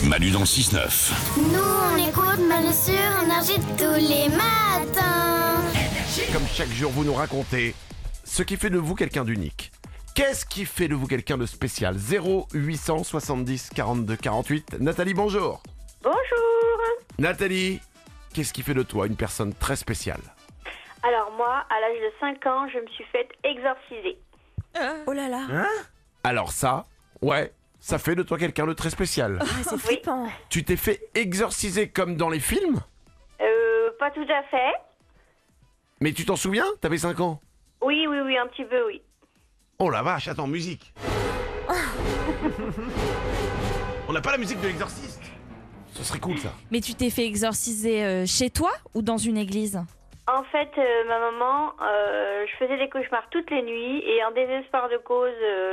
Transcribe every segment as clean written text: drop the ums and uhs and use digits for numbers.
Manu dans le 6-9. Nous, on écoute Manu sur Énergie tous les matins. Comme chaque jour, vous nous racontez ce qui fait de vous quelqu'un d'unique. Qu'est-ce qui fait de vous quelqu'un de spécial? 0870 42 48. Nathalie, bonjour. Bonjour. Nathalie, qu'est-ce qui fait de toi une personne très spéciale? Alors moi, à l'âge de 5 ans, je me suis faite exorciser. Oh là là. Alors ça, ouais, ça fait de toi quelqu'un de très spécial. Ah, c'est flippant. Tu t'es fait exorciser comme dans les films? Pas tout à fait. Mais tu t'en souviens? T'avais 5 ans. Oui, un petit peu, oui. Oh la vache, attends, musique. On n'a pas la musique de l'exorciste. Ce serait cool ça. Mais tu t'es fait exorciser chez toi ou dans une église? En fait, ma maman, je faisais des cauchemars toutes les nuits et en désespoir de cause,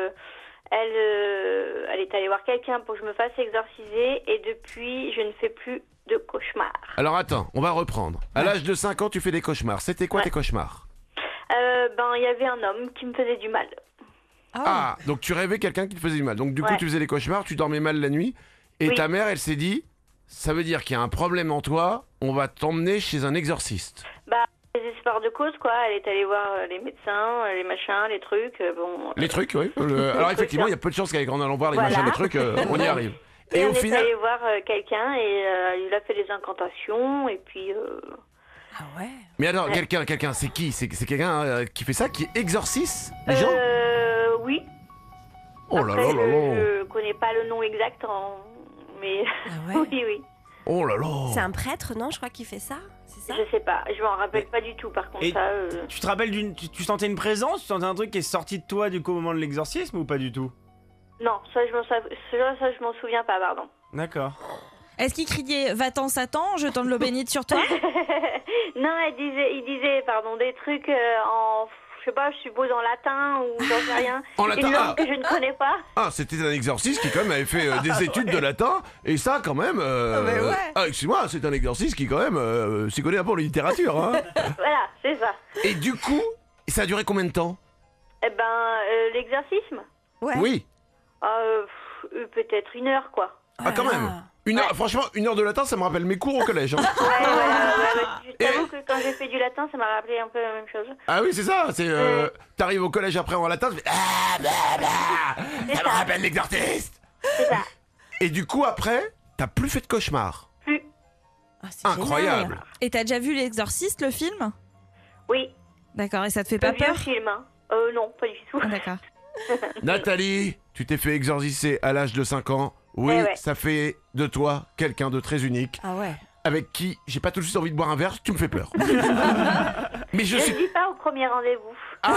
elle est allée voir quelqu'un pour que je me fasse exorciser et depuis, je ne fais plus de cauchemars. Alors attends, on va reprendre. À l'âge de 5 ans, tu fais des cauchemars. C'était quoi tes cauchemars? Il y avait un homme qui me faisait du mal. Ah, donc tu rêvais quelqu'un qui te faisait du mal. Donc du coup, Ouais. tu faisais des cauchemars, tu dormais mal la nuit. Et Oui. ta mère, elle s'est dit, ça veut dire qu'il y a un problème en toi, on va t'emmener chez un exorciste. Désespoir de cause, quoi. Elle est allée voir les médecins, les machins, les trucs. Les trucs, oui. Alors effectivement, il y a peu de chances qu'en allant voir les Voilà. machins, les trucs, on y arrive. Et Et on au est final... allé voir quelqu'un et il a fait des incantations et puis... Ah ouais. Mais alors, quelqu'un, c'est qui? C'est quelqu'un qui fait ça, qui exorcise les gens? Oui. Oh là Après, là là là. je connais pas le nom exact, mais Ah ouais. oui. Oh là là. C'est un prêtre, non? Je crois qu'il fait ça. C'est ça? Je sais pas, je m'en rappelle pas du tout. Par contre, Et ça. tu te rappelles tu sentais une présence? Tu sentais un truc qui est sorti de toi du coup au moment de l'exorcisme ou pas du tout? Non, ça je m'en souviens pas, pardon. D'accord. Est-ce qu'il criait va-t'en Satan en jetant de l'eau bénite sur toi? Non, il disait, des trucs en, je sais pas, je suppose en latin ou j'en sais rien. En latin, Une langue que je ne connais pas. Ah, c'était un exorciste qui quand même avait fait des études de latin, et ça quand même... mais ouais. excuse-moi, c'est un exorciste qui quand même s'y connaît un peu en littérature. Hein. Voilà, c'est ça. Et du coup, ça a duré combien de temps? L'exorcisme, Ouais. Oui. peut-être 1 heure, quoi. Ah quand même. Une heure, franchement, 1 heure de latin, ça me rappelle mes cours au collège. Hein. Je t'avoue que quand j'ai fait du latin, ça m'a rappelé un peu la même chose. Ah oui, c'est ça. C'est t'arrives au collège après en latin, tu fais ça me rappelle l'exorciste. C'est ça. Et du coup après, t'as plus fait de cauchemars. Plus. Ah, c'est Incroyable. génial. Et t'as déjà vu l'Exorciste, le film? Oui. D'accord, et ça te fait Le pas vieux peur? film, hein. Non, pas du tout. Ah, d'accord. Nathalie, tu t'es fait exorciser à l'âge de 5 ans. Oui, Eh ouais. ça fait de toi quelqu'un de très unique, Ah ouais. avec qui j'ai pas tout de suite envie de boire un verre, tu me fais peur. Mais je Je suis... ne dis pas au premier rendez-vous.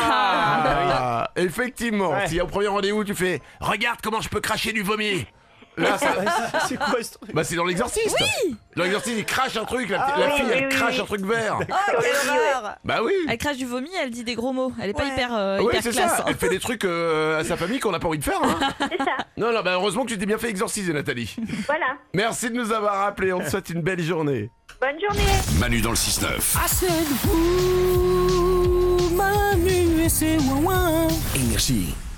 Ah, effectivement, Ouais. si au premier rendez-vous tu fais « Regarde comment je peux cracher du vomi !» Là, ça... C'est quoi ce truc? Bah c'est dans l'exorciste. Oui. Dans l'exorciste, il crache un truc, la oui, fille, elle oui, crache oui. un truc vert. Oh, quelle horreur! Bah oui. Elle crache du vomi, elle dit des gros mots. Elle est pas Ouais. hyper, Oui, hyper c'est classe. ça. Elle fait des trucs à sa famille qu'on n'a pas envie de faire. Hein. C'est ça. Non, bah heureusement que tu t'es bien fait exorciser, Nathalie. Voilà. Merci de nous avoir rappelés. On te souhaite une belle journée. Bonne journée. Manu dans le 6-9. I said, ooh, Manu et ses ouin-ouin. Énergie.